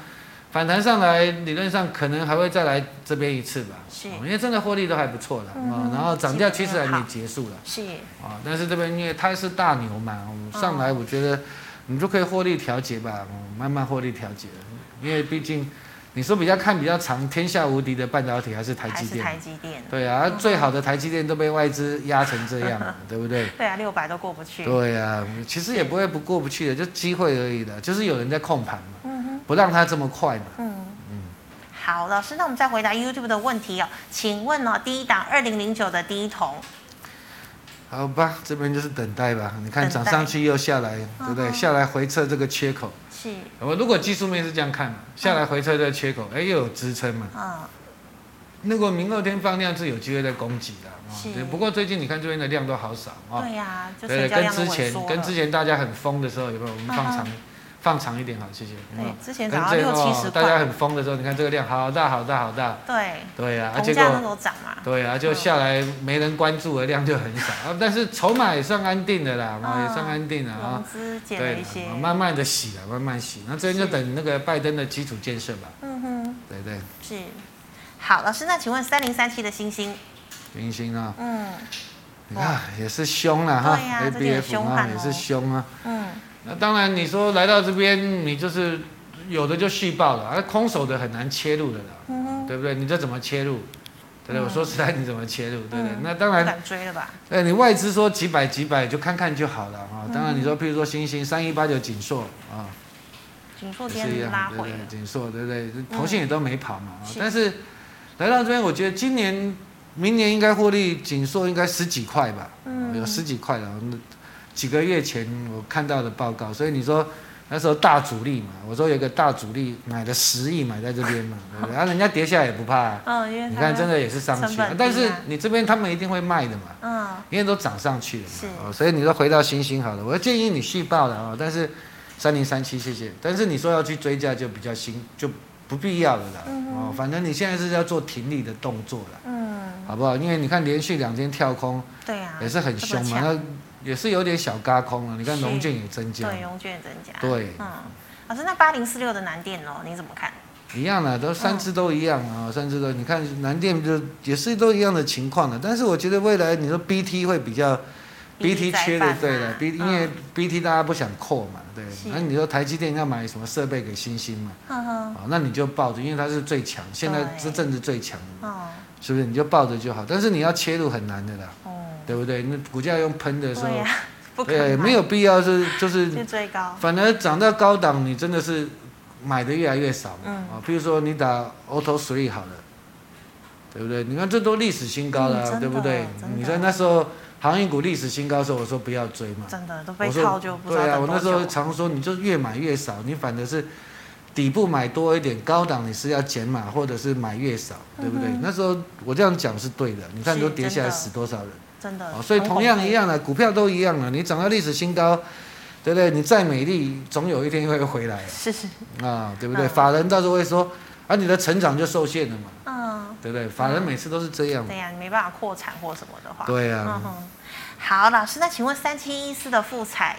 反弹上来，理论上可能还会再来这边一次吧， 是， 因为真的获利都还不错了，然后涨价趋势还没结束了， 是但是这边因为它是大牛嘛，上来我觉得你就可以获利调节吧，慢慢获利调节，因为毕竟你说比较长，天下无敌的半导体还是台积电，对啊，最好的台积电都被外资压成这样了，对不对？ 对啊，600都过不去。 对啊，其实也不会过不去的，就机会而已的，就是有人在控盘嘛，不让它这么快嘛。 好，老师，那我们再回答 YouTube 的问题哦，请问第一档2009的第一铜。 好吧，这边就是等待吧。你看涨上去又下来，对不对？下来回测这个缺口。 是。 我如果技术面是这样看嘛，下来回测这个缺口，又有支撑嘛。如果明后天放量是有机会再攻击的。不过最近你看这边的量都好少啊。 对呀， 对，跟之前大家很疯的时候，有没有？我们放长一点好，谢谢。 对，之前涨到60-70块， 大家很疯的时候，你看这个量好大。对啊， 铜价那时候涨嘛。 对啊，就下来没人关注的量就很少但是筹码也算安定的啦，也算安定的融资减了一些， 慢慢的洗了，慢慢洗。那这边就等那个拜登的基础建设吧。对。 是。好，老师，那请问3037的星星啊，你看也是凶了哈，ABF 啊也是凶啊。那当然，你说来到这边，你就是有的就续报了，空手的很难切入的啦，对不对？你这怎么切入？对不对？我说实在，你怎么切入？对不对？那当然， 不敢追了吧？ 对，你外资说几百就看看就好了啊。当然，你说譬如说星星3189锦硕啊， 锦硕今天拉回了， 锦硕对不对？投信也都没跑嘛，但是来到这边，我觉得明年应该获利，锦硕应该10几块吧，有10几块了。几个月前我看到的报告，所以你说那时候大主力嘛，我说有个大主力买了10亿买在这边嘛，对不对？然后人家跌下来也不怕，你看真的也是上去，但是你这边他们一定会卖的嘛，因为都涨上去了嘛，所以你说回到星星好了，我建议你续报了但是3037谢谢，但是你说要去追价就比较就不必要了啦，反正你现在是要做停利的动作了，好不好？因为你看连续2天跳空， 对啊， 也是很凶嘛，那也是有点小轧空了。你看融券也增加， 对，融券也增加， 对， 老师，那8046的南电你怎么看？ 一样的，都3只都一样3只都，你看南电就也是都一样的情况的，但是我觉得未来你说 BT 会比较 BT 缺的，对的因为 BT 大家不想扣嘛，对，那你说台积电要买什么设备给星星嘛，那你就抱着，因为它是最强，现在这阵子最强的，是不是？你就抱着就好，但是你要切入很难的啦，对不对？那股价用喷的时候，对，没有必要就是去追高， 反而涨到高档，你真的是买的越来越少比如说你打 Auto 3好了，对不对？你看这都历史新高了，对不对？你说那时候航运股历史新高的时候，我说不要追嘛， 真的都被套就不知道对啊，我那时候常说你就越买越少，你反而是底部买多一点，高档你是要减码或者是买越少，对不对？那时候我这样讲是对的，你看都跌下来死多少人， 真的。 所以同样一样的股票都一样了，你涨到历史新高，对不对？你再美丽，总有一天会回来， 是对不对？法人到时候会说，你的成长就受限了嘛，对不对？法人每次都是这样， 对呀，你没办法扩产或什么的话， 对呀。 好，老师，那请问3714的富彩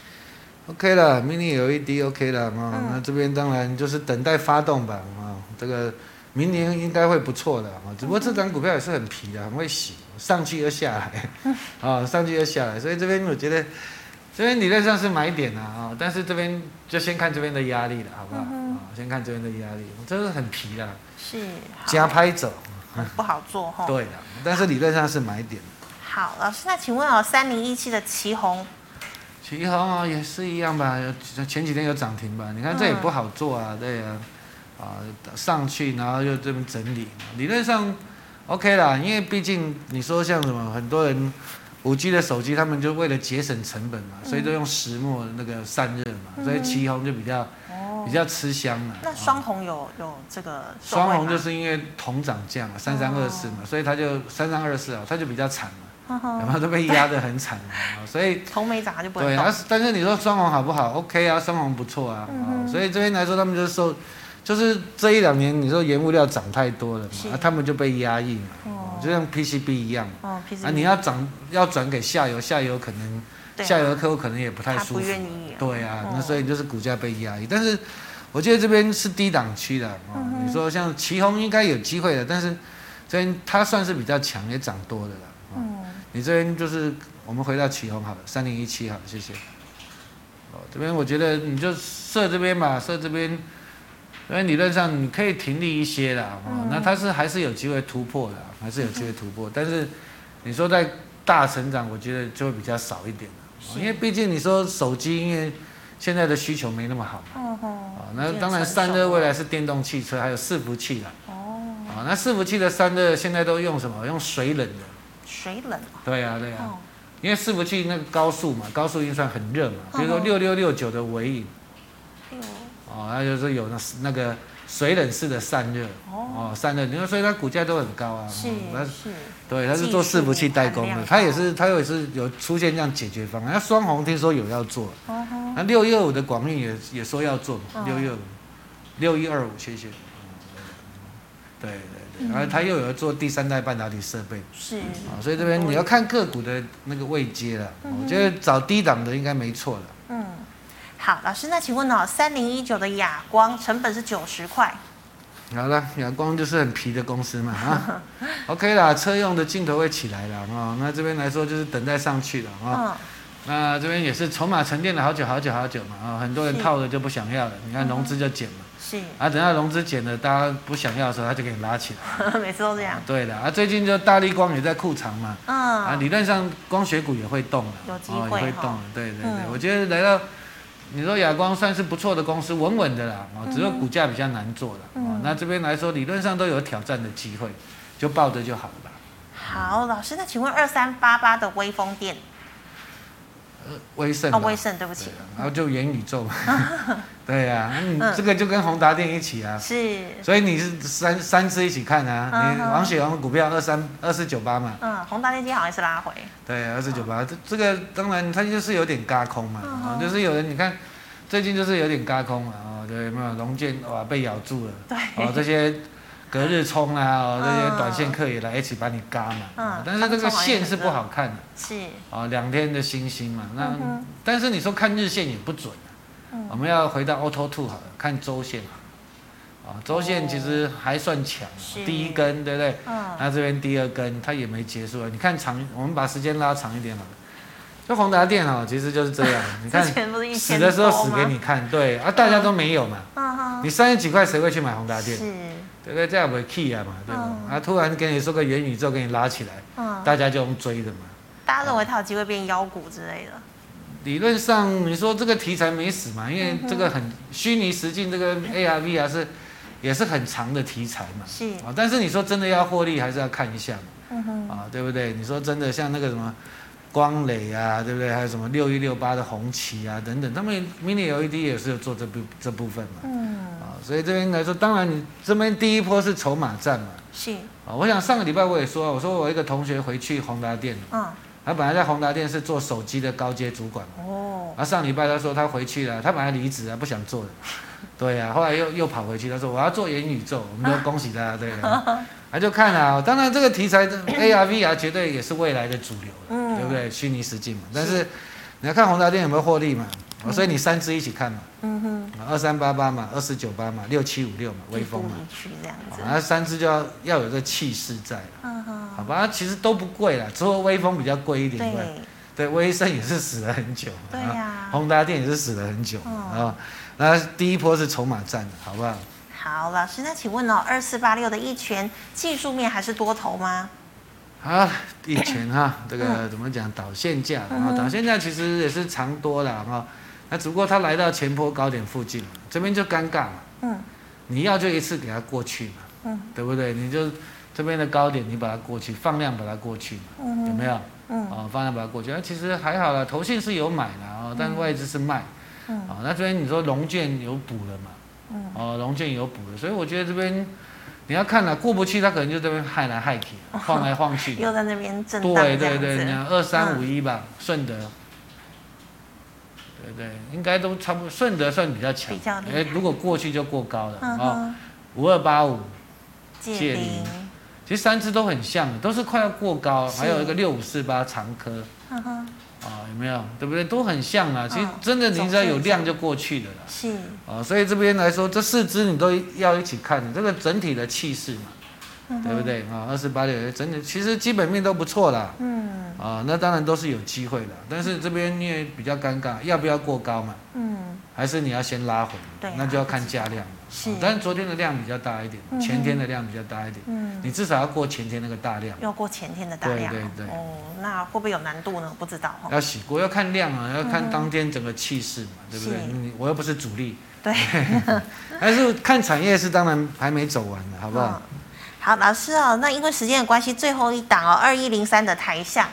？OK 了 ，mini LED OK 了那这边当然就是等待发动吧这个明年应该会不错的只不过这张股票也是很皮的，很会洗，上去又下来，上去又下来，所以这边我觉得这边理论上是买点但是这边就先看这边的压力了，好不好？先看这边的压力，真是很皮啦， 是加拍走， 不好做对的，但是理论上是买点。 好，老师，那请问3017的旗宏也是一样吧，前几天有涨停吧？你看这也不好做对啊，上去然后又这边整理，理论上 OK 啦，因为毕竟你说像什么很多人5G 的手机，他们就为了节省成本嘛，所以都用石墨那个散热嘛，所以旗宏就比较吃香了。 那双红有这个双红就是因为铜涨价嘛，3324嘛，所以它就3324它就比较惨嘛。然后都被压得很惨所以铜没涨就不能动。 对但是你说双红好不好 ？OK 双红不错所以这边来说，他们就是这1-2年，你说原物料涨太多了嘛，他们就被压抑嘛，就像 PCB 一样你要转给下游，下游可能下游的客户可能也不太舒服，对啊，那所以就是股价被压抑。但是我觉得这边是低档区的你说像奇鋐应该有机会的，但是这边它算是比较强，也涨多的了。你这边就是我们回到奇鋐好了，3017好了，谢谢。这边我觉得你就设这边吧，设这边，因为理论上你可以停利一些啦，那它还是有机会突破的，还是有机会突破，但是你说在大成长，我觉得就会比较少一点了，因为毕竟你说手机，因为现在的需求没那么好嘛，那当然散热未来是电动汽车，还有伺服器啦，那伺服器的散热现在都用什么？用水冷的。 水冷？对啊。因为伺服器那个高速嘛，高速运算很热嘛，比如说6669的微影，它就是有那个水冷式的散热，散热，你说所以它股价都很高啊，对，它是做伺服器代工的，它也是有出现这样解决方案，那双鸿听说有要做，那6125的广运也说要做嘛，6125，谢谢，对。然后它又有做第3代半导体设备，所以这边你要看个股的那个位阶了，我觉得找低档的应该没错了。 好，老师，那请问3019的亚光成本是90块。 好了，亚光就是很皮的公司嘛，OK 啦，车用的镜头会起来了那这边来说就是等待上去了那这边也是筹码沉淀了好久嘛很多人套了就不想要了，你看融资就减嘛。等到融资减了，大家不想要的时候，他就给你拉起来。 每次都这样。 对的最近就大立光也在库藏嘛。理论上光学股也会动了， 有机会也会动了。对，我觉得来到你说亚光算是不错的公司，稳稳的啦只有股价比较难做了那这边来说，理论上都有挑战的机会，就抱着就好了吧。 好，老师，那请问2388的微风电？ 威盛威盛，对不起。 然后就元宇宙嘛，对呀，这个就跟宏达电一起啊，所以你是三只一起看啊，你王雪红股票2498嘛， 宏达电今天好像是拉回， 对，2498，这个当然它就是有点轧空嘛，就是有人你看最近就是有点轧空嘛，对，有没有龙建被咬住了， 对， 这些隔日冲这些短线客也来一起把你嘎嘛，但是这个线是不好看的，2天的星星嘛，但是你说看日线也不准，我们要回到 Auto Two 好了，看周线周线其实还算强，第一根对不对？那这边第2根它也没结束，你看长，我们把时间拉长一点好了。就宏达电其实就是这样，你看死的时候死给你看，对大家都没有嘛，你30几块谁会去买宏达电？对不对？这样不会 key 嘛，对吧？突然给你说个元宇宙给你拉起来，大家就用追的嘛。 大家认为它有机会变妖股之类的。 理论上你说这个题材没死嘛，因为这个很虚拟实境，这个 AR/VR 也是很长的题材嘛。但是你说真的要获利，还是要看一下嘛。对不对？你说真的像那个什么光磊啊，对不对？还有什么6168的红旗啊等等，他们 Mini LED 也是有做这部分嘛。所以这边来说，当然你这边第一波是筹码战嘛。我想上个礼拜我也说，我说我一个同学回去宏达电，他本来在宏达电是做手机的高阶主管嘛。上礼拜他说他回去了，他本来离职了，不想做了。对啊，后来又跑回去，他说我要做元宇宙，我们都恭喜他，对啊。就看当然这个题材的 AR/VR 绝对也是未来的主流了，对不对？虚拟实境嘛。但是你要看宏达电有没有获利嘛。所以你3只一起看嘛，2388嘛，2498嘛，6756嘛，微风嘛，那3只就要有这气势在了，好吧？其实都不贵啦，除了微风比较贵一点以外，对，威盛也是死了很久， 对呀， 宏达电也是死了很久那第一波是筹码战，好不好？ 好，老师，那请问2486的一拳技术面还是多头吗？ 一拳这个怎么讲？导线价导线价其实也是长多了那只不过它来到前波高点附近嘛，这边就尴尬嘛。你要就一次给它过去嘛，对不对？你就这边的高点你把它过去，放量把它过去嘛，有没有？放量把它过去，其实还好啦，投信是有买的但外资是卖。那这边你说融券有补了嘛？融券有补了，所以我觉得这边你要看过不去，它可能就这边害来害去，晃来晃去， 又在那边震荡。 对，你看2351吧，顺德。对，应该都差不多，顺德算比较强，如果过去就过高了5285界零，其实3只都很像，都是快要过高，还有一个6548长科， 有没有？对不对？都很像啊。其实真的，你只要有量就过去了啦。 是。 所以这边来说，这4只你都要一起看的，这个整体的气势嘛，对不对？28.6整体其实基本面都不错啦。那当然都是有机会的，但是这边因为比较尴尬，要不要过高嘛？还是你要先拉回？对，那就要看价量。是，但是昨天的量比较大一点，前天的量比较大一点。你至少要过前天那个大量。 要过前天的大量。 对。 那会不会有难度呢？不知道。 要洗过，要看量啊，要看当天整个气势嘛，对不对？我又不是主力。 对。 还是看产业是当然还没走完的，好不好？ 好，老师那因为时间的关系，最后一档2103的台象。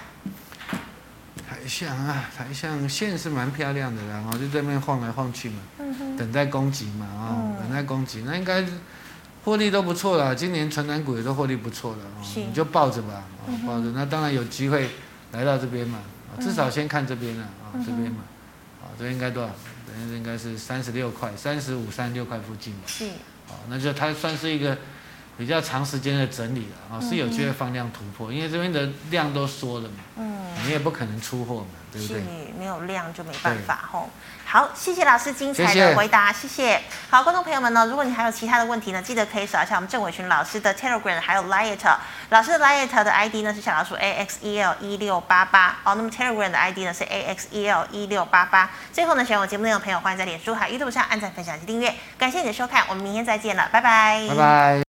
台象线是蛮漂亮的啦，就这边晃来晃去嘛，等待攻击嘛，等待攻击，那应该获利都不错啦。今年传染股也都获利不错了，你就抱着吧，抱着。那当然有机会来到这边嘛，至少先看这边了这边嘛，这边应该多少？等下应该是36块，35、36块附近嘛。是，那就它算是一个比较长时间的整理了，是有机会放量突破，因为这边的量都缩了嘛。你也不可能出货嘛，对不对？是， 没有量就没办法吼。好，谢谢老师精彩的回答，谢谢。好，观众朋友们呢，如果你还有其他的问题呢，记得可以扫一下我们郑伟群老师的 Telegram 还有 Line， 老师的 Line 的 ID 呢是小老鼠 AXEL1688，那么 Telegram 的 ID 呢是AXEL1688。最后呢，喜欢我节目内容的朋友，欢迎在脸书还有 YouTube 上按赞、分享及订阅。感谢你的收看，我们明天再见了，拜拜。拜拜。